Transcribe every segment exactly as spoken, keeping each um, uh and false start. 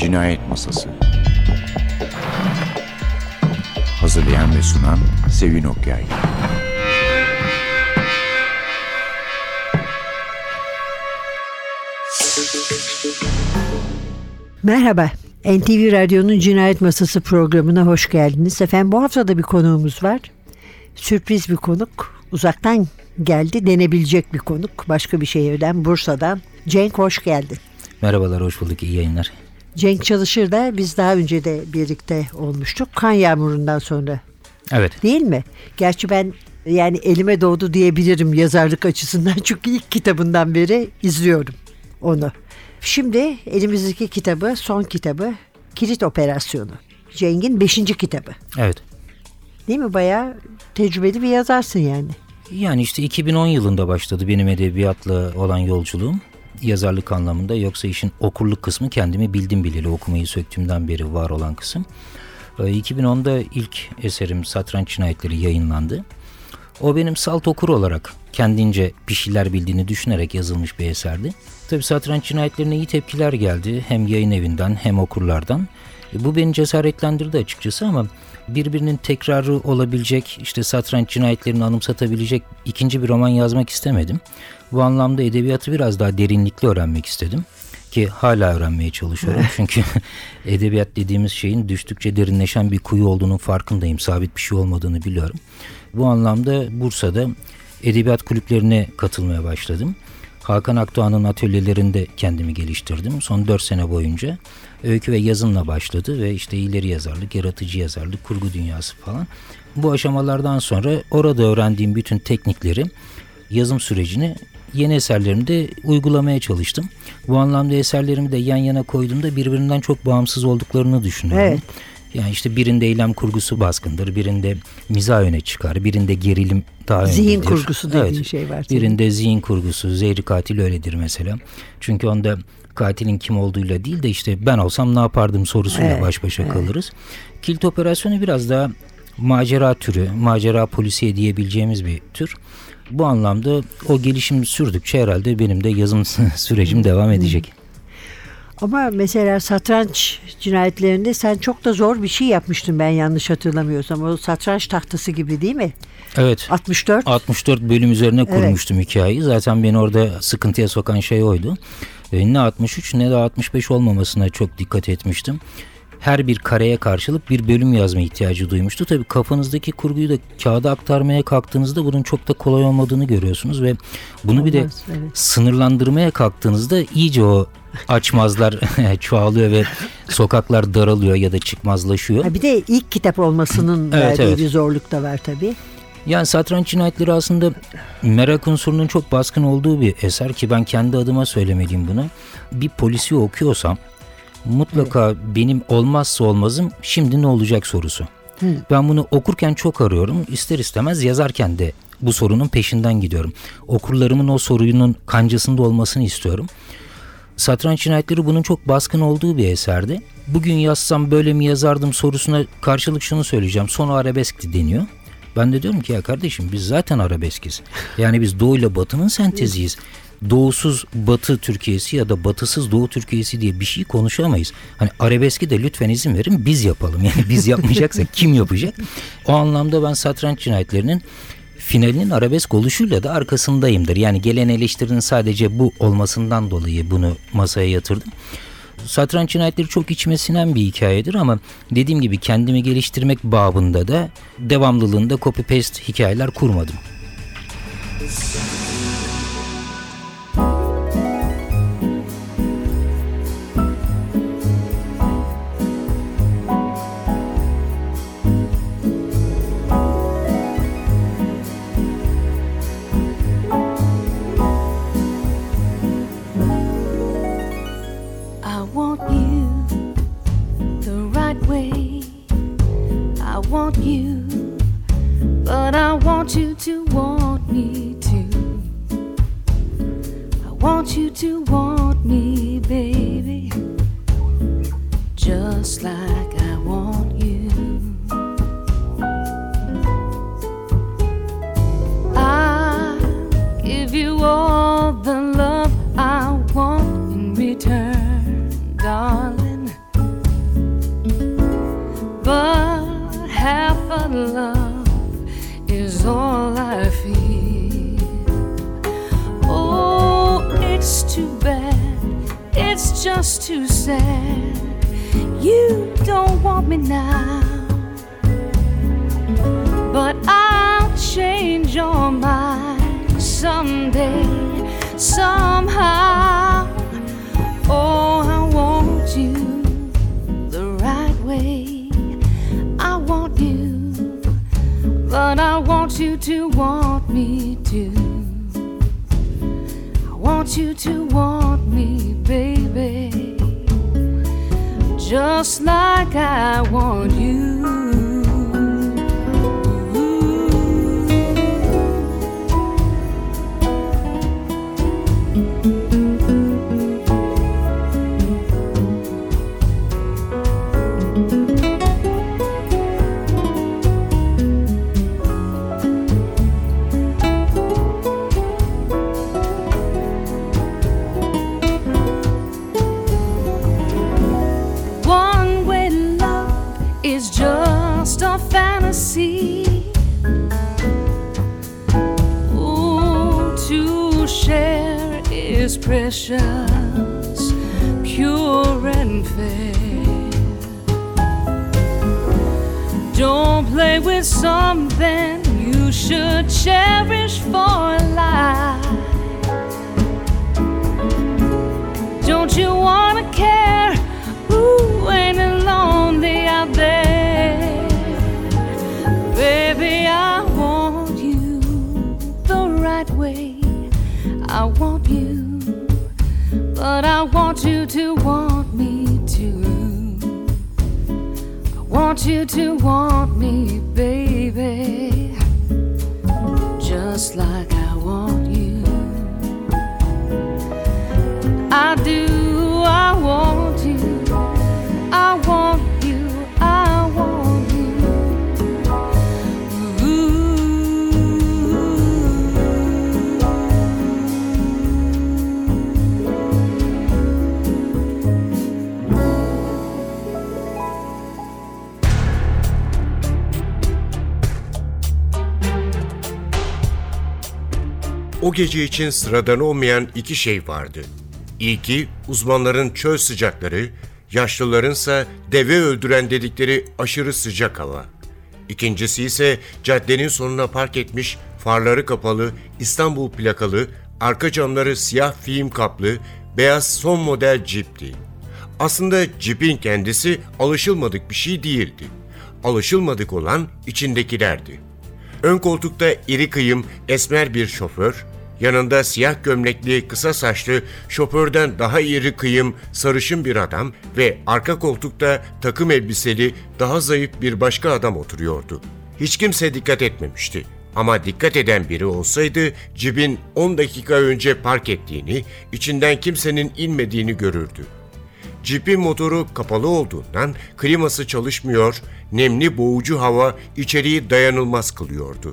Cinayet Masası. Hazırlayan ve sunan Sevin Okyay. Merhaba, N T V Radyo'nun Cinayet Masası programına hoş geldiniz. Efendim bu hafta da bir konuğumuz var. Sürpriz bir konuk, uzaktan geldi denebilecek bir konuk. Başka bir şehirden, Bursa'dan. Cenk hoş geldin. Merhabalar, hoş bulduk, iyi yayınlar. Cenk Çalışır da biz daha önce de birlikte olmuştuk. Kan Yağmuru'ndan sonra. Evet. Değil mi? Gerçi ben yani elime doğdu diyebilirim yazarlık açısından. Çünkü ilk kitabından beri izliyorum onu. Şimdi elimizdeki kitabı, son kitabı Kilit Operasyonu. Cenk'in beşinci kitabı. Evet. Değil mi? Bayağı tecrübeli bir yazarsın yani. Yani işte iki bin on yılında başladı benim edebiyatla olan yolculuğum. Yazarlık anlamında, yoksa işin okurluk kısmı kendimi bildim bileli okumayı söktüğümden beri var olan kısım. iki bin onda ilk eserim Satranç Cinayetleri yayınlandı. O benim salt okur olarak kendince bir şeyler bildiğini düşünerek yazılmış bir eserdi. Tabii Satranç Cinayetlerine iyi tepkiler geldi. Hem yayın evinden hem okurlardan. E, bu beni cesaretlendirdi açıkçası, ama birbirinin tekrarı olabilecek, işte Satranç Cinayetlerini anımsatabilecek ikinci bir roman yazmak istemedim. Bu anlamda edebiyatı biraz daha derinlikli öğrenmek istedim. Ki hala öğrenmeye çalışıyorum. Çünkü edebiyat dediğimiz şeyin düştükçe derinleşen bir kuyu olduğunun farkındayım. Sabit bir şey olmadığını biliyorum. Bu anlamda Bursa'da edebiyat kulüplerine katılmaya başladım. Hakan Akdoğan'ın atölyelerinde kendimi geliştirdim. Son dört sene boyunca öykü ve yazımla başladı ve işte ileri yazarlık, yaratıcı yazarlık, kurgu dünyası falan. Bu aşamalardan sonra orada öğrendiğim bütün teknikleri, yazım sürecini yeni eserlerimde uygulamaya çalıştım. Bu anlamda eserlerimi de yan yana koyduğumda birbirinden çok bağımsız olduklarını düşünüyorum. Evet. Yani işte birinde eylem kurgusu baskındır, birinde mizah öne çıkar, birinde gerilim daha önemlidir. Zihin kurgusu dediğin evet, şey var. Birinde zihin kurgusu, Zehri Katil öyledir mesela. Çünkü onda katilin kim olduğuyla değil de işte ben olsam ne yapardım sorusuyla evet, baş başa evet. kalırız. Kilit Operasyonu biraz daha macera türü, macera polisiye diyebileceğimiz bir tür. Bu anlamda o gelişim sürdükçe herhalde benim de yazım sürecim devam edecek. Ama mesela Satranç Cinayetlerinde sen çok da zor bir şey yapmıştın, ben yanlış hatırlamıyorsam. O satranç tahtası gibi değil mi? Evet. altmış dört altmış dört bölüm üzerine kurmuştum evet. hikayeyi. Zaten beni orada sıkıntıya sokan şey oydu. Ne altmış üç ne de altmış beş olmamasına çok dikkat etmiştim. Her bir kareye karşılık bir bölüm yazma ihtiyacı duymuştu. Tabii kafanızdaki kurguyu da kağıda aktarmaya kalktığınızda bunun çok da kolay olmadığını görüyorsunuz ve bunu Olmaz, bir de evet. sınırlandırmaya kalktığınızda iyice o açmazlar çoğalıyor ve sokaklar daralıyor ya da çıkmazlaşıyor. Ha, bir de ilk kitap olmasının evet, verdiği evet. bir zorluk da var tabii. Yani Satranç Cinayetleri aslında merak unsurunun çok baskın olduğu bir eser ki ben kendi adıma söylemeliyim bunu. Bir polisi okuyorsam mutlaka evet. benim olmazsa olmazım şimdi ne olacak sorusu. Hı. Ben bunu okurken çok arıyorum. İster istemez yazarken de bu sorunun peşinden gidiyorum. Okurlarımın o sorunun kancasında olmasını istiyorum. Satranç Cinayetleri bunun çok baskın olduğu bir eserdi. Bugün yazsam böyle mi yazardım sorusuna karşılık şunu söyleyeceğim. Sonu arabeskti deniyor. Ben de diyorum ki ya kardeşim biz zaten arabeskiz. Yani biz Doğu ile Batı'nın senteziyiz. Doğusuz Batı Türkiye'si ya da Batısız Doğu Türkiye'si diye bir şey konuşamayız. Hani arabeski de lütfen izin verin biz yapalım. Yani biz yapmayacaksak kim yapacak? O anlamda ben Satranç Cinayetlerinin finalinin arabesk oluşuyla da arkasındayımdır. Yani gelen eleştirinin sadece bu olmasından dolayı bunu masaya yatırdım. Satranç Cinayetleri çok içime sinen bir hikayedir ama dediğim gibi kendimi geliştirmek babında da devamlılığında copy paste hikayeler kurmadım. Just like I want you. I'll give you all the love I want in return, darling. I feel. Oh, it's too bad, it's just too sad. You don't want me now, but I'll change your mind someday, somehow. Oh, I want you the right way. I want you, but I want you to want me too. I want you to want me, baby, just like I want you. Ooh, to share is precious, pure and fair. Don't play with something you should cherish for life. Don't you wanna care? Ooh, ain't it lonely out there? Baby, I want you the right way. I want you, but I want you to want me too. I want you to want me, baby, just like I want you. I do, I want you, I want you, I want you. O gece için sıradan olmayan iki şey vardı. İlki uzmanların çöl sıcakları, yaşlılarınsa deve öldüren dedikleri aşırı sıcak hava. İkincisi ise caddenin sonuna park etmiş, farları kapalı, İstanbul plakalı, arka camları siyah film kaplı, beyaz son model Jeep'ti. Aslında Jeep'in kendisi alışılmadık bir şey değildi. Alışılmadık olan içindekilerdi. Ön koltukta iri kıyım, esmer bir şoför, yanında siyah gömlekli, kısa saçlı, şoförden daha iri kıyım, sarışın bir adam ve arka koltukta takım elbiseli, daha zayıf bir başka adam oturuyordu. Hiç kimse dikkat etmemişti. Ama dikkat eden biri olsaydı, Jeep'in on dakika önce park ettiğini, içinden kimsenin inmediğini görürdü. Jeep'in motoru kapalı olduğundan kliması çalışmıyor, nemli boğucu hava içeriği dayanılmaz kılıyordu.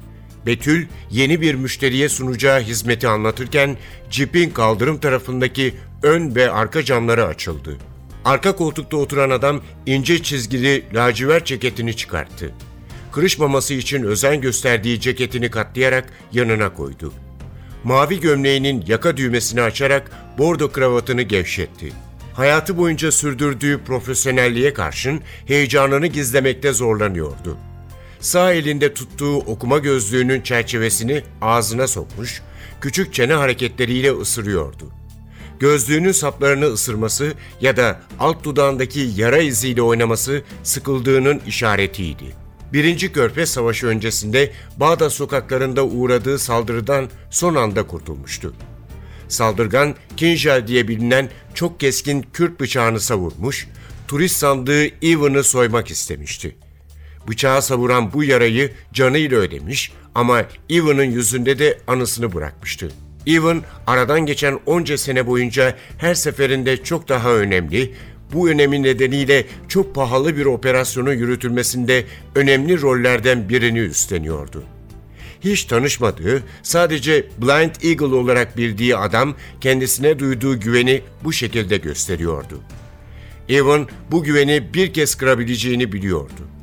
Betül yeni bir müşteriye sunacağı hizmeti anlatırken Jeep'in kaldırım tarafındaki ön ve arka camları açıldı. Arka koltukta oturan adam ince çizgili lacivert ceketini çıkarttı. Kırışmaması için özen gösterdiği ceketini katlayarak yanına koydu. Mavi gömleğinin yaka düğmesini açarak bordo kravatını gevşetti. Hayatı boyunca sürdürdüğü profesyonelliğe karşın heyecanını gizlemekte zorlanıyordu. Sağ elinde tuttuğu okuma gözlüğünün çerçevesini ağzına sokmuş, küçük çene hareketleriyle ısırıyordu. Gözlüğünün saplarını ısırması ya da alt dudağındaki yara iziyle oynaması sıkıldığının işaretiydi. Birinci Körfez Savaşı öncesinde Bağdat sokaklarında uğradığı saldırıdan son anda kurtulmuştu. Saldırgan, Kinjal diye bilinen çok keskin Kürt bıçağını savurmuş, turist sandığı Evan'ı soymak istemişti. Bıçağı savuran bu yarayı canıyla ödemiş ama Evan'ın yüzünde de anısını bırakmıştı. Evan, aradan geçen onca sene boyunca her seferinde çok daha önemli, bu önemi nedeniyle çok pahalı bir operasyonun yürütülmesinde önemli rollerden birini üstleniyordu. Hiç tanışmadığı, sadece Blind Eagle olarak bildiği adam kendisine duyduğu güveni bu şekilde gösteriyordu. Evan bu güveni bir kez kırabileceğini biliyordu.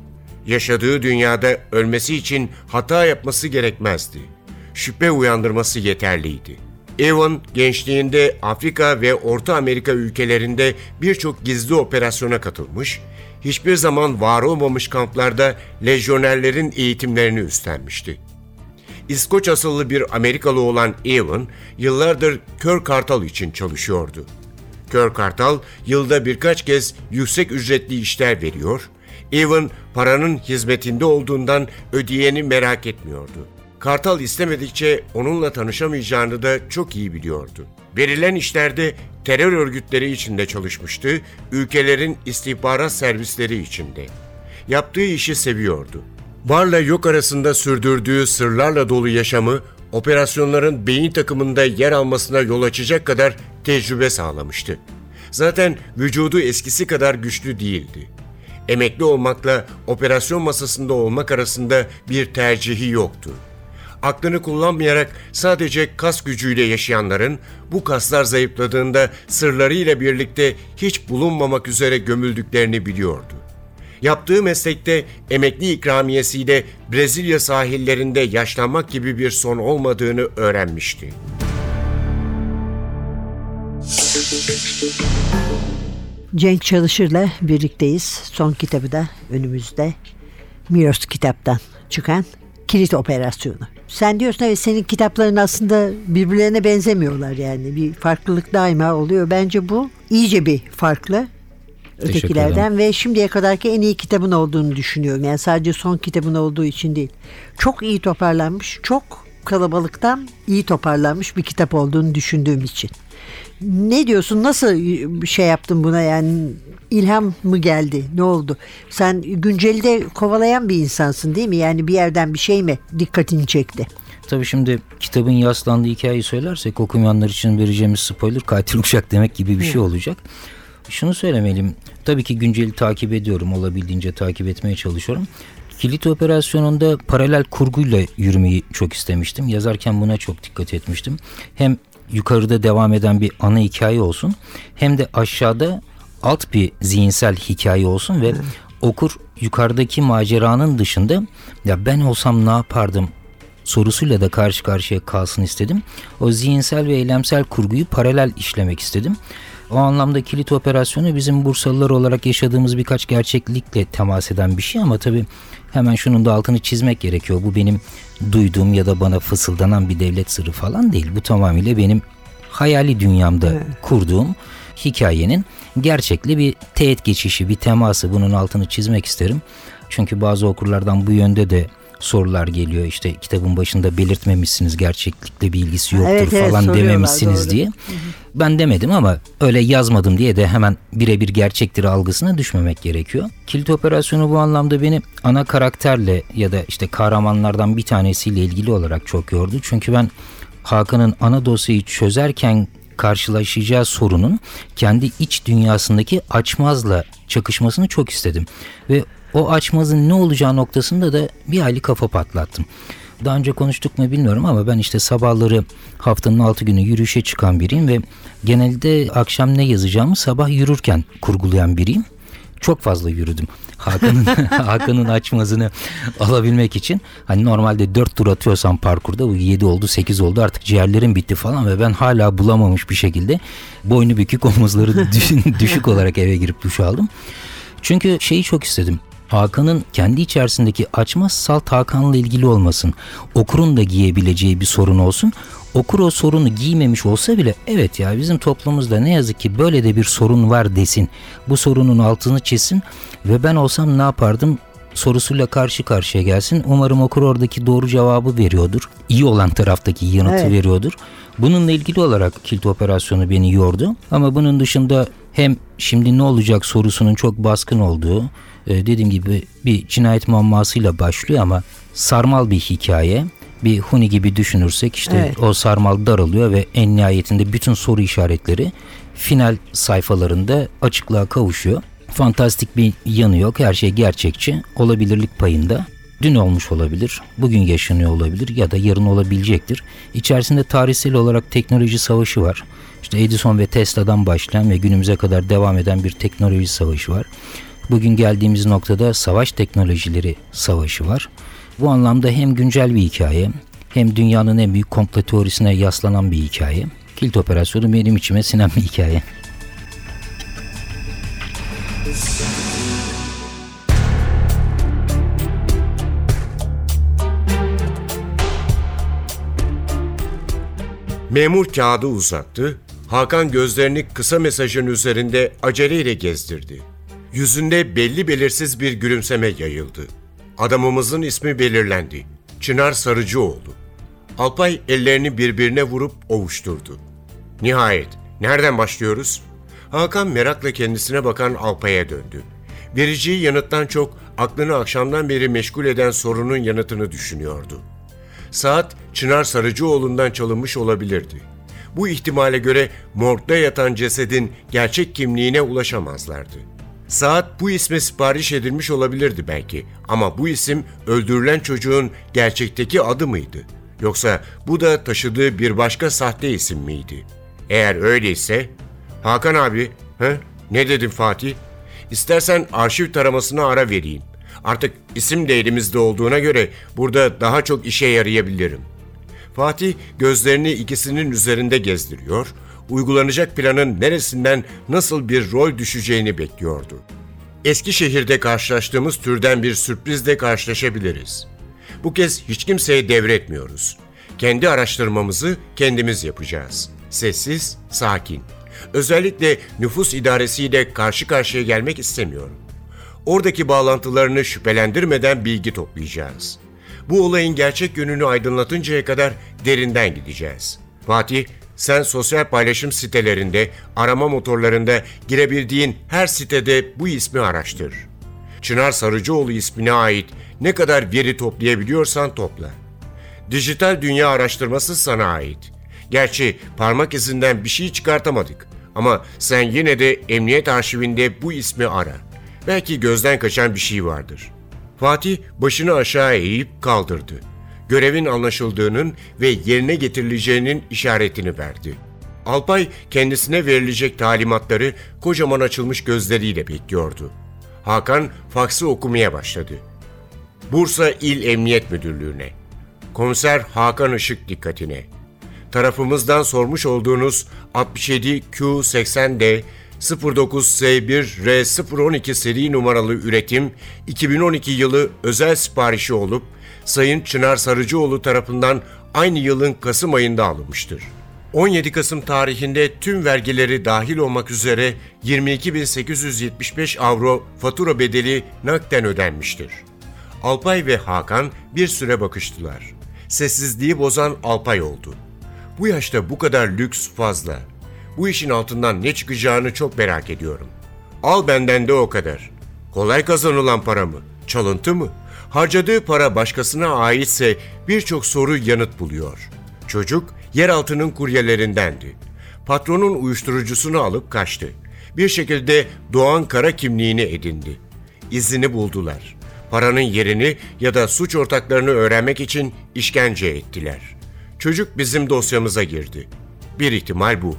Yaşadığı dünyada ölmesi için hata yapması gerekmezdi. Şüphe uyandırması yeterliydi. Evan gençliğinde Afrika ve Orta Amerika ülkelerinde birçok gizli operasyona katılmış, hiçbir zaman var olmamış kamplarda lejyonerlerin eğitimlerini üstlenmişti. İskoç asıllı bir Amerikalı olan Evan, yıllardır Kör Kartal için çalışıyordu. Kör Kartal, yılda birkaç kez yüksek ücretli işler veriyor, Evan paranın hizmetinde olduğundan ödeyeni merak etmiyordu. Kartal istemedikçe onunla tanışamayacağını da çok iyi biliyordu. Verilen işlerde terör örgütleri içinde çalışmıştı, ülkelerin istihbarat servisleri içinde. Yaptığı işi seviyordu. Varla yok arasında sürdürdüğü sırlarla dolu yaşamı, operasyonların beyin takımında yer almasına yol açacak kadar tecrübe sağlamıştı. Zaten vücudu eskisi kadar güçlü değildi. Emekli olmakla operasyon masasında olmak arasında bir tercihi yoktu. Aklını kullanmayarak sadece kas gücüyle yaşayanların bu kaslar zayıfladığında sırlarıyla birlikte hiç bulunmamak üzere gömüldüklerini biliyordu. Yaptığı meslekte emekli ikramiyesiyle Brezilya sahillerinde yaşlanmak gibi bir son olmadığını öğrenmişti. Cenk Çalışır'la birlikteyiz. Son kitabı da önümüzde. Miros kitaptan çıkan Kilit Operasyonu. Sen diyorsun evet, senin kitapların aslında birbirlerine benzemiyorlar yani. Bir farklılık daima oluyor. Bence bu iyice bir farklı ötekilerden ve şimdiye kadarki en iyi kitabın olduğunu düşünüyorum. Yani sadece son kitabın olduğu için değil. Çok iyi toparlanmış, çok kalabalıktan iyi toparlanmış bir kitap olduğunu düşündüğüm için. Ne diyorsun? Nasıl bir şey yaptın buna yani? İlham mı geldi? Ne oldu? Sen günceli de kovalayan bir insansın değil mi? Yani bir yerden bir şey mi dikkatini çekti? Tabii şimdi kitabın yaslandığı hikayeyi söylersek okumayanlar için vereceğimiz spoiler katil uşak demek gibi bir şey olacak. Şunu söylemeliyim. Tabii ki günceli takip ediyorum. Olabildiğince takip etmeye çalışıyorum. Kilit Operasyonu'nda paralel kurguyla yürümeyi çok istemiştim. Yazarken buna çok dikkat etmiştim. Hem yukarıda devam eden bir ana hikaye olsun, hem de aşağıda alt bir zihinsel hikaye olsun ve evet. Okur yukarıdaki maceranın dışında ya ben olsam ne yapardım sorusuyla da karşı karşıya kalsın istedim. O zihinsel ve eylemsel kurguyu paralel işlemek istedim. O anlamda Kilit Operasyonu bizim Bursalılar olarak yaşadığımız birkaç gerçeklikle temas eden bir şey ama tabii hemen şunun da altını çizmek gerekiyor. Bu benim duyduğum ya da bana fısıldanan bir devlet sırrı falan değil. Bu tamamıyla benim hayali dünyamda evet. kurduğum hikayenin gerçekle bir teğet geçişi, bir teması. Bunun altını çizmek isterim. Çünkü bazı okurlardan bu yönde de sorular geliyor. İşte kitabın başında belirtmemişsiniz, gerçeklikle bir ilgisi yoktur evet, evet, falan dememişsiniz doğru. diye. Hı hı. Ben demedim ama öyle yazmadım diye de hemen birebir gerçektir algısına düşmemek gerekiyor. Kilit Operasyonu bu anlamda beni ana karakterle ya da işte kahramanlardan bir tanesiyle ilgili olarak çok yordu. Çünkü ben Hakan'ın ana dosyayı çözerken karşılaşacağı sorunun kendi iç dünyasındaki açmazla çakışmasını çok istedim. Ve o açmazın ne olacağı noktasında da bir hayli kafa patlattım. Daha önce konuştuk mu bilmiyorum ama ben işte sabahları haftanın altı günü yürüyüşe çıkan biriyim ve genelde akşam ne yazacağımı sabah yürürken kurgulayan biriyim. Çok fazla yürüdüm. Hakan'ın Hakan'ın açmazını alabilmek için. Hani normalde dört tur atıyorsam parkurda bu yedi oldu, sekiz oldu, artık ciğerlerim bitti falan ve ben hala bulamamış bir şekilde boynu bükük, omuzları düşük olarak eve girip duş aldım. Çünkü şeyi çok istedim. Hakan'ın kendi içerisindeki açmaz salt Hakan'la ilgili olmasın. Okurun da giyebileceği bir sorun olsun. Okur o sorunu giymemiş olsa bile evet ya bizim toplumumuzda ne yazık ki böyle de bir sorun var desin. Bu sorunun altını çizsin ve ben olsam ne yapardım sorusuyla karşı karşıya gelsin. Umarım okur oradaki doğru cevabı veriyordur. İyi olan taraftaki yanıtı evet. veriyordur. Bununla ilgili olarak Kilit Operasyonu beni yordu. Ama bunun dışında hem şimdi ne olacak sorusunun çok baskın olduğu, dediğim gibi bir cinayet muammasıyla başlıyor ama sarmal bir hikaye. Bir huni gibi düşünürsek işte evet. o sarmal daralıyor ve en nihayetinde bütün soru işaretleri final sayfalarında açıklığa kavuşuyor. Fantastik bir yanı yok. Her şey gerçekçi. Olabilirlik payında. Dün olmuş olabilir, bugün yaşanıyor olabilir ya da yarın olabilecektir. İçerisinde tarihsel olarak teknoloji savaşı var. İşte Edison ve Tesla'dan başlayan ve günümüze kadar devam eden bir teknoloji savaşı var. Bugün geldiğimiz noktada savaş teknolojileri savaşı var. Bu anlamda hem güncel bir hikaye hem dünyanın en büyük komplo teorisine yaslanan bir hikaye. Kilit operasyonu benim içime sinen bir hikaye. Memur kağıdı uzattı. Hakan gözlerini kısa mesajın üzerinde aceleyle gezdirdi. Yüzünde belli belirsiz bir gülümseme yayıldı. Adamımızın ismi belirlendi. Çınar Sarıcıoğlu. Alpay ellerini birbirine vurup ovuşturdu. Nihayet, nereden başlıyoruz? Hakan merakla kendisine bakan Alpay'a döndü. Vereceği yanıttan çok aklını akşamdan beri meşgul eden sorunun yanıtını düşünüyordu. Saat Çınar Sarıcıoğlu'ndan çalınmış olabilirdi. Bu ihtimale göre morgda yatan cesedin gerçek kimliğine ulaşamazlardı. Saat bu isme sipariş edilmiş olabilirdi belki ama bu isim öldürülen çocuğun gerçekteki adı mıydı? Yoksa bu da taşıdığı bir başka sahte isim miydi? Eğer öyleyse... Hakan abi, he? Ne dedin Fatih? İstersen arşiv taramasına ara vereyim. Artık isim de elimizde olduğuna göre burada daha çok işe yarayabilirim. Fatih gözlerini ikisinin üzerinde gezdiriyor, uygulanacak planın neresinden nasıl bir rol düşeceğini bekliyordu. Eskişehir'de karşılaştığımız türden bir sürprizle karşılaşabiliriz. Bu kez hiç kimseye devretmiyoruz. Kendi araştırmamızı kendimiz yapacağız. Sessiz, sakin. Özellikle nüfus idaresiyle karşı karşıya gelmek istemiyorum. Oradaki bağlantılarını şüphelendirmeden bilgi toplayacağız. Bu olayın gerçek yönünü aydınlatıncaya kadar derinden gideceğiz. Fatih, sen sosyal paylaşım sitelerinde, arama motorlarında girebildiğin her sitede bu ismi araştır. Çınar Sarıcıoğlu ismine ait ne kadar veri toplayabiliyorsan topla. Dijital dünya araştırması sana ait. Gerçi parmak izinden bir şey çıkartamadık ama sen yine de emniyet arşivinde bu ismi ara. Belki gözden kaçan bir şey vardır. Fatih başını aşağı eğip kaldırdı. Görevin anlaşıldığının ve yerine getirileceğinin işaretini verdi. Alpay kendisine verilecek talimatları kocaman açılmış gözleriyle bekliyordu. Hakan faksı okumaya başladı. Bursa İl Emniyet Müdürlüğü'ne. Komiser Hakan Işık dikkatine. Tarafımızdan sormuş olduğunuz altmış yedi Q seksen D sıfır dokuz S bir R sıfır on iki seri numaralı üretim iki bin on iki yılı özel siparişi olup Sayın Çınar Sarıcıoğlu tarafından aynı yılın Kasım ayında alınmıştır. on yedi Kasım tarihinde tüm vergileri dahil olmak üzere yirmi iki bin sekiz yüz yetmiş beş avro fatura bedeli nakden ödenmiştir. Alpay ve Hakan bir süre bakıştılar. Sessizliği bozan Alpay oldu. Bu yaşta bu kadar lüks fazla. Bu işin altından ne çıkacağını çok merak ediyorum. Al benden de o kadar. Kolay kazanılan para mı? Çalıntı mı? Harcadığı para başkasına aitse birçok soru yanıt buluyor. Çocuk yeraltının kuryelerindendi. Patronun uyuşturucusunu alıp kaçtı. Bir şekilde Doğan Kara kimliğini edindi. İzini buldular. Paranın yerini ya da suç ortaklarını öğrenmek için işkence ettiler. Çocuk bizim dosyamıza girdi. Bir ihtimal bu.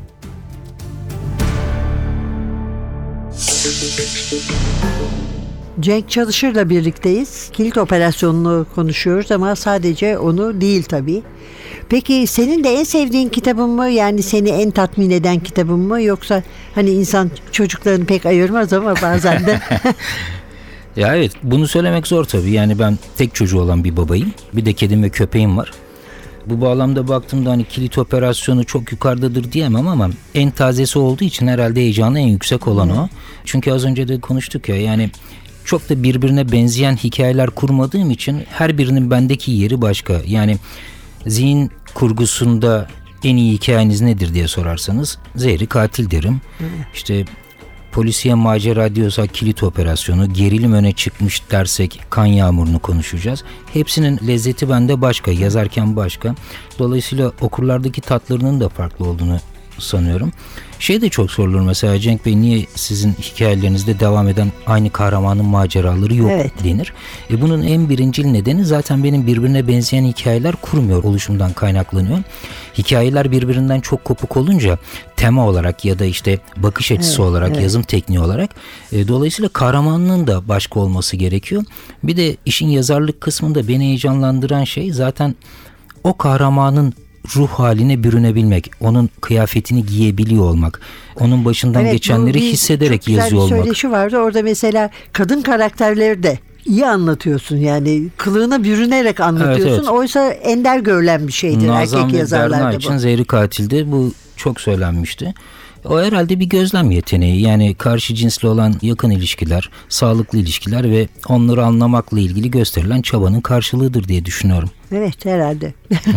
Cenk Çalışır'la birlikteyiz. Kilit operasyonunu konuşuyoruz ama sadece onu değil tabii. Peki senin de en sevdiğin kitabın mı? Yani seni en tatmin eden kitabın mı? Yoksa hani insan çocuklarını pek ayırmaz ama bazen de... Ya evet, bunu söylemek zor tabii. Yani ben tek çocuğu olan bir babayım. Bir de kedim ve köpeğim var. Bu bağlamda baktığımda hani kilit operasyonu çok yukarıdadır diyemem ama en tazesi olduğu için herhalde heyecanı en yüksek olan o. Çünkü az önce de konuştuk ya, yani çok da birbirine benzeyen hikayeler kurmadığım için her birinin bendeki yeri başka. Yani zihin kurgusunda en iyi hikayeniz nedir diye sorarsanız Zehri Katil derim. İşte polisiye macera diyorsak kilit operasyonu, gerilim öne çıkmış dersek Kan Yağmuru'nu konuşacağız. Hepsinin lezzeti bende başka, yazarken başka. Dolayısıyla okurlardaki tatlarının da farklı olduğunu sanıyorum. Şey de çok sorulur mesela, Cenk Bey niye sizin hikayelerinizde devam eden aynı kahramanın maceraları yok Evet. denir. E bunun en birincil nedeni zaten benim birbirine benzeyen hikayeler kurmuyor oluşumdan kaynaklanıyor. Hikayeler birbirinden çok kopuk olunca tema olarak ya da işte bakış açısı Evet, olarak, evet. yazım tekniği olarak e, dolayısıyla kahramanının da başka olması gerekiyor. Bir de işin yazarlık kısmında beni heyecanlandıran şey zaten o kahramanın ruh haline bürünebilmek, onun kıyafetini giyebiliyor olmak, onun başından Evet, bu geçenleri bir- hissederek çok güzel yazıyor bir olmak. söyleşi vardı. Orada mesela kadın karakterleri de iyi anlatıyorsun. Yani kılığına bürünerek anlatıyorsun. Evet, evet. Oysa ender görülen bir şeydir Nazan erkek ve yazarlarda Berna bu. için Zehri Katil'de bu çok söylenmişti. O herhalde bir gözlem yeteneği, yani karşı cinsli olan yakın ilişkiler, sağlıklı ilişkiler ve onları anlamakla ilgili gösterilen çabanın karşılığıdır diye düşünüyorum. Evet, herhalde.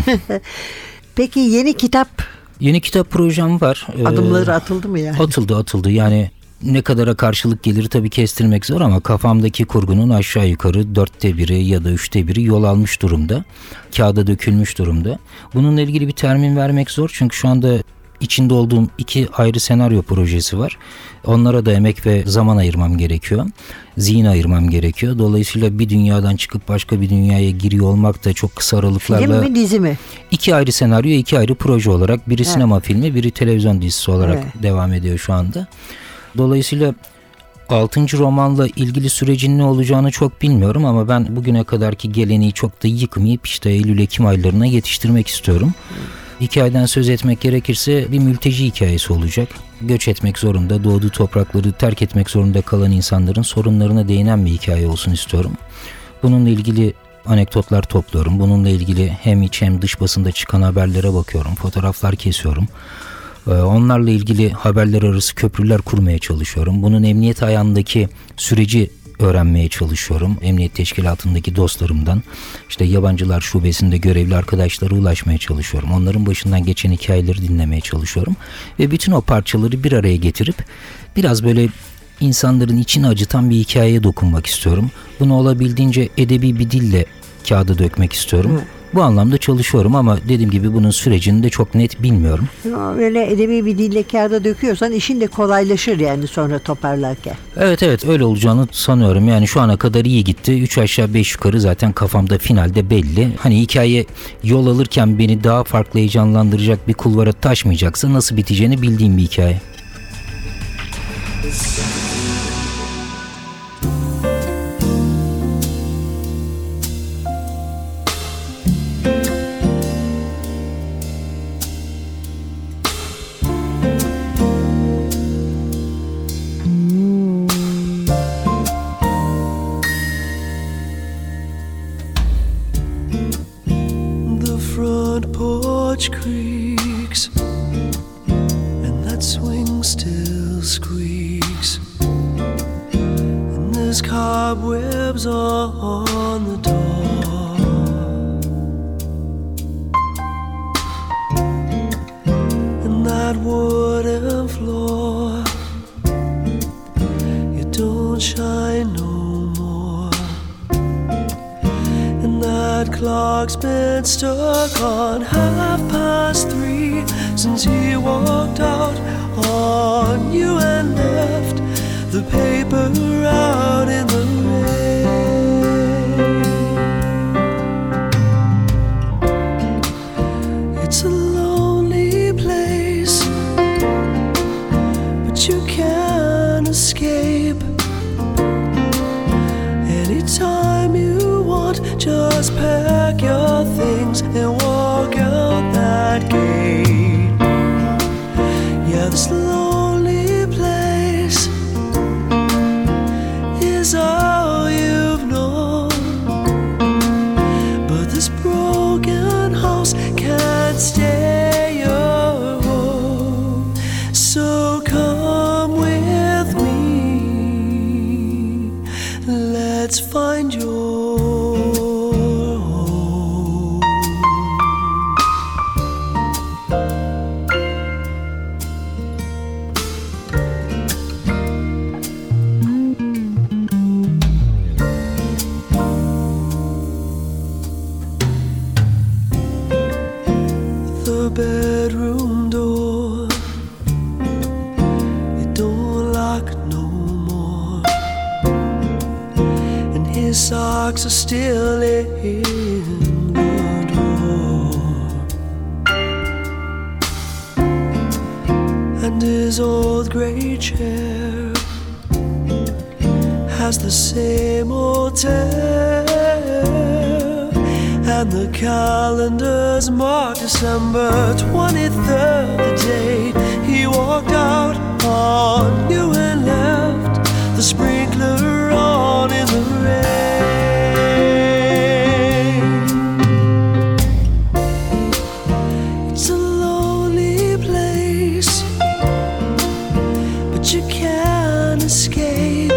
Peki yeni kitap Yeni kitap projem var. Ee, adımları atıldı mı yani? Atıldı atıldı yani ne kadara karşılık gelir tabii kestirmek zor ama kafamdaki kurgunun aşağı yukarı dörtte biri ya da üçte biri yol almış durumda. Kağıda dökülmüş durumda. Bununla ilgili bir termin vermek zor çünkü şu anda içinde olduğum iki ayrı senaryo projesi var. Onlara da emek ve zaman ayırmam gerekiyor. Zihin ayırmam gerekiyor. Dolayısıyla bir dünyadan çıkıp başka bir dünyaya giriyor olmak da çok kısa aralıklarla... Film mi, dizi mi? İki ayrı senaryo, iki ayrı proje olarak, biri sinema filmi, biri televizyon dizisi olarak Evet. devam ediyor şu anda. Dolayısıyla altıncı romanla ilgili sürecin ne olacağını çok bilmiyorum ama ben bugüne kadarki geleneği çok da yıkmayıp işte Eylül-Ekim aylarına yetiştirmek istiyorum. Hikayeden söz etmek gerekirse bir mülteci hikayesi olacak. Göç etmek zorunda, doğduğu toprakları terk etmek zorunda kalan insanların sorunlarına değinen bir hikaye olsun istiyorum. Bununla ilgili anekdotlar topluyorum. Bununla ilgili hem iç hem dış basında çıkan haberlere bakıyorum. Fotoğraflar kesiyorum. Onlarla ilgili haberler arası köprüler kurmaya çalışıyorum. Bunun emniyet ayağındaki süreci öğrenmeye çalışıyorum. Emniyet teşkilatındaki dostlarımdan, işte yabancılar şubesinde görevli arkadaşlara ulaşmaya çalışıyorum. Onların başından geçen hikayeleri dinlemeye çalışıyorum. Ve bütün o parçaları bir araya getirip biraz böyle insanların içini acıtan bir hikayeye dokunmak istiyorum. Bunu olabildiğince edebi bir dille kağıda dökmek istiyorum. Hı. Bu anlamda çalışıyorum ama dediğim gibi bunun sürecini de çok net bilmiyorum. Öyle edebi bir dille kağıda döküyorsan işin de kolaylaşır yani sonra toparlarken. Evet evet öyle olacağını sanıyorum. Yani şu ana kadar iyi gitti. Üç aşağı beş yukarı zaten kafamda finalde belli. Hani hikaye yol alırken beni daha farklı heyecanlandıracak bir kulvara taşmayacaksa nasıl biteceğini bildiğim bir hikaye. Creaks and that swing still squeaks and there's cobwebs on the door and that wooden floor it don't shine no more and that clock's been stuck on half past three since he walked out on you and left the paper out in the rain. It's a lonely place, but you can't escape. Anytime you want, just pack your things and walk out that gate. Yeah, this lonely place is all you've known, but this broken house can't stay your home. So come with me, let's find your bedroom door socks are still in the drawer, and his old gray chair has the same old tear, and the calendars mark December twenty-third, the date he walked out on you and left the sprinkler on in the rain. It's a lonely place, but you can't escape.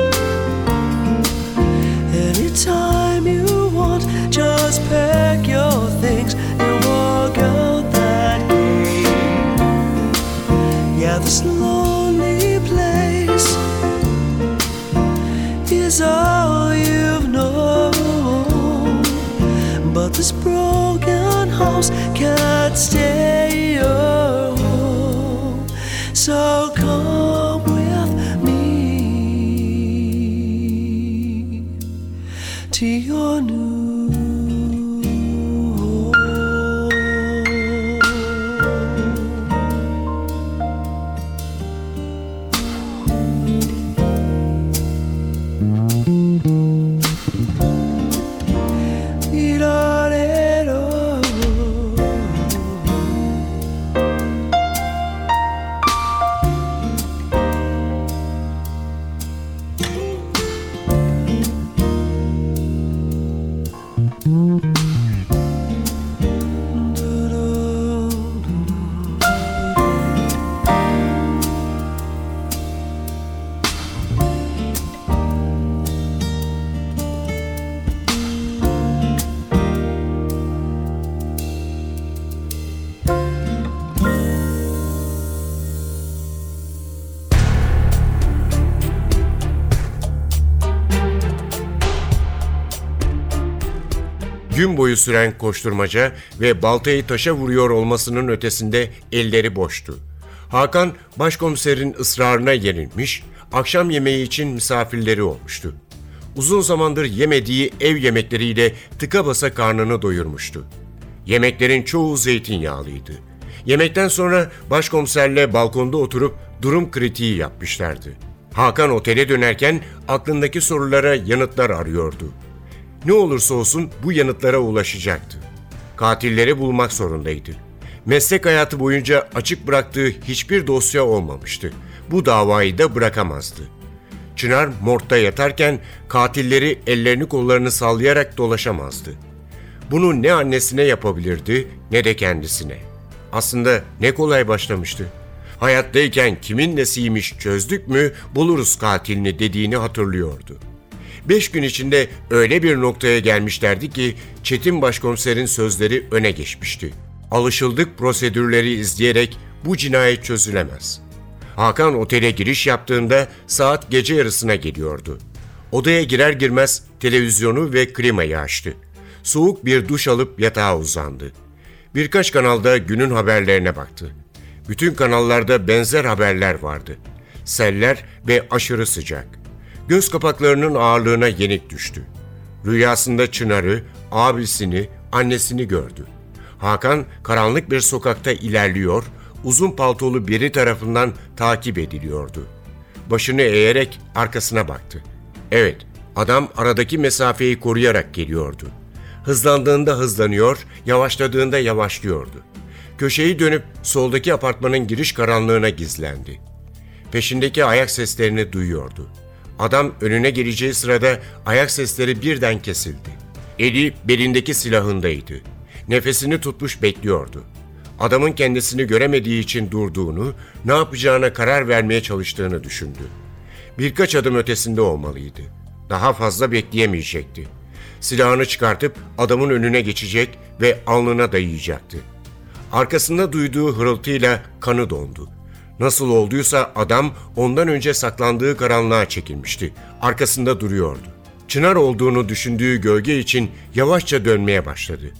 Anytime you want, just pack your things and walk out that gate. Yeah, this lonely place is all you've known, but this broken house can't stay your home. So come with me to your new home. Gün boyu süren koşturmaca ve baltayı taşa vuruyor olmasının ötesinde elleri boştu. Hakan, başkomiserin ısrarına yenilmiş, akşam yemeği için misafirleri olmuştu. Uzun zamandır yemediği ev yemekleriyle tıka basa karnını doyurmuştu. Yemeklerin çoğu zeytinyağlıydı. Yemekten sonra başkomiserle balkonda oturup durum kritiği yapmışlardı. Hakan otele dönerken aklındaki sorulara yanıtlar arıyordu. Ne olursa olsun bu yanıtlara ulaşacaktı. Katilleri bulmak zorundaydı. Meslek hayatı boyunca açık bıraktığı hiçbir dosya olmamıştı. Bu davayı da bırakamazdı. Çınar morgda yatarken katilleri ellerini kollarını sallayarak dolaşamazdı. Bunu ne annesine yapabilirdi ne de kendisine. Aslında ne kolay başlamıştı. Hayattayken kimin nesiymiş çözdük mü buluruz katilini dediğini hatırlıyordu. Beş gün içinde öyle bir noktaya gelmişlerdi ki Çetin Başkomiserin sözleri öne geçmişti. Alışıldık prosedürleri izleyerek bu cinayet çözülemez. Hakan otele giriş yaptığında saat gece yarısına geliyordu. Odaya girer girmez televizyonu ve klimayı açtı. Soğuk bir duş alıp yatağa uzandı. Birkaç kanalda günün haberlerine baktı. Bütün kanallarda benzer haberler vardı. Seller ve aşırı sıcak. Göz kapaklarının ağırlığına yenik düştü. Rüyasında Çınar'ı, abisini, annesini gördü. Hakan karanlık bir sokakta ilerliyor, uzun paltolu biri tarafından takip ediliyordu. Başını eğerek arkasına baktı. Evet, adam aradaki mesafeyi koruyarak geliyordu. Hızlandığında hızlanıyor, yavaşladığında yavaşlıyordu. Köşeyi dönüp soldaki apartmanın giriş karanlığına gizlendi. Peşindeki ayak seslerini duyuyordu. Adam önüne geleceği sırada ayak sesleri birden kesildi. Eli belindeki silahındaydı. Nefesini tutmuş bekliyordu. Adamın kendisini göremediği için durduğunu, ne yapacağına karar vermeye çalıştığını düşündü. Birkaç adım ötesinde olmalıydı. Daha fazla bekleyemeyecekti. Silahını çıkartıp adamın önüne geçecek ve alnına dayayacaktı. Arkasında duyduğu hırıltıyla kanı dondu. Nasıl olduysa adam ondan önce saklandığı karanlığa çekilmişti. Arkasında duruyordu. Çınar olduğunu düşündüğü gölge için yavaşça dönmeye başladı.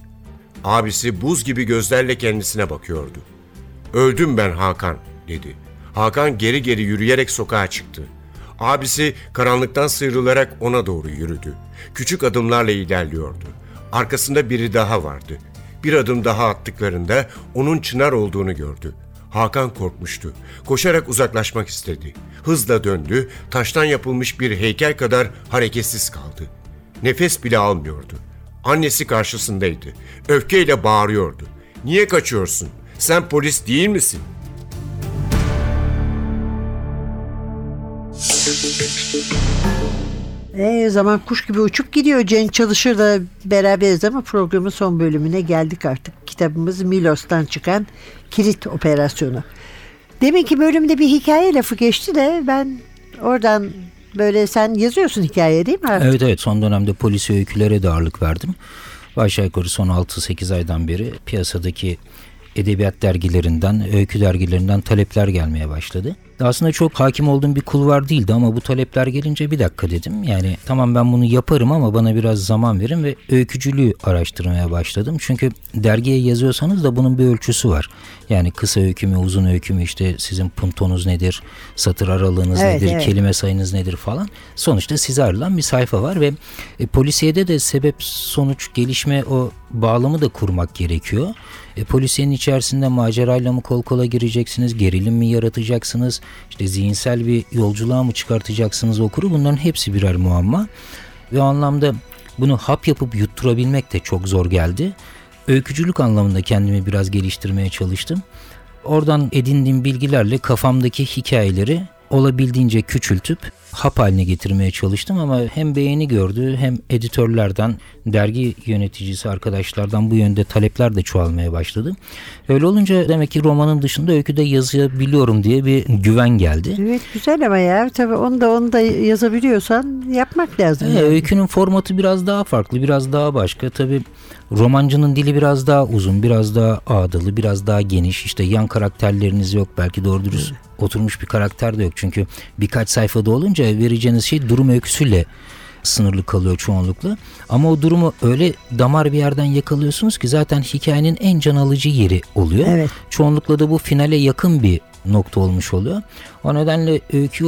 Abisi buz gibi gözlerle kendisine bakıyordu. "Öldüm ben Hakan," dedi. Hakan geri geri yürüyerek sokağa çıktı. Abisi karanlıktan sıyrılarak ona doğru yürüdü. Küçük adımlarla ilerliyordu. Arkasında biri daha vardı. Bir adım daha attıklarında onun Çınar olduğunu gördü. Hakan korkmuştu. Koşarak uzaklaşmak istedi. Hızla döndü, taştan yapılmış bir heykel kadar hareketsiz kaldı. Nefes bile almıyordu. Annesi karşısındaydı. Öfkeyle bağırıyordu. "Niye kaçıyorsun? Sen polis değil misin?" E, zaman kuş gibi uçup gidiyor. Cenk Çalışır'la beraberiz ama programın son bölümüne geldik artık. Kitabımız Milos'tan çıkan Kilit Operasyonu. Deminki bölümde bir hikaye lafı geçti de ben oradan böyle, sen yazıyorsun hikaye değil mi artık? Evet evet, son dönemde polisi öykülere de ağırlık verdim. Aşağı yukarı son altı sekiz aydan beri piyasadaki edebiyat dergilerinden, öykü dergilerinden talepler gelmeye başladı. Aslında çok hakim olduğum bir kulvar değildi ama bu talepler gelince bir dakika dedim. Yani tamam, ben bunu yaparım ama bana biraz zaman verin ve öykücülüğü araştırmaya başladım. Çünkü dergiye yazıyorsanız da bunun bir ölçüsü var. Yani kısa öykü mü, uzun öykü mü, işte sizin puntonuz nedir, satır aralığınız Evet, nedir, evet. kelime sayınız nedir falan. Sonuçta size ayrılan bir sayfa var ve e, polisiyede de sebep, sonuç, gelişme, o bağlamı da kurmak gerekiyor. E, polisiyenin içerisinde macerayla mı kol kola gireceksiniz, gerilim mi yaratacaksınız, işte zihinsel bir yolculuğa mı çıkartacaksınız okuru, bunların hepsi birer muamma. Ve o anlamda bunu hap yapıp yutturabilmek de çok zor geldi. Öykücülük anlamında kendimi biraz geliştirmeye çalıştım. Oradan edindiğim bilgilerle kafamdaki hikayeleri olabildiğince küçültüp hap haline getirmeye çalıştım ama hem beğeni gördü hem editörlerden, dergi yöneticisi arkadaşlardan bu yönde talepler de çoğalmaya başladı. Öyle olunca demek ki romanın dışında öyküde yazabiliyorum diye bir güven geldi. Evet, güzel ama ya tabii onu da onu da yazabiliyorsan yapmak lazım. Evet, yani. öykünün formatı biraz daha farklı, biraz daha başka. Tabii romancının dili biraz daha uzun, biraz daha ağdalı, biraz daha geniş. İşte yan karakterleriniz yok, belki doğru dürüst oturmuş bir karakter de yok. Çünkü birkaç sayfada olunca vereceğiniz şey durum öyküsüyle sınırlı kalıyor çoğunlukla. Ama o durumu öyle damar bir yerden yakalıyorsunuz ki zaten hikayenin en can alıcı yeri oluyor. Evet. Çoğunlukla da bu finale yakın bir nokta olmuş oluyor. O nedenle öykü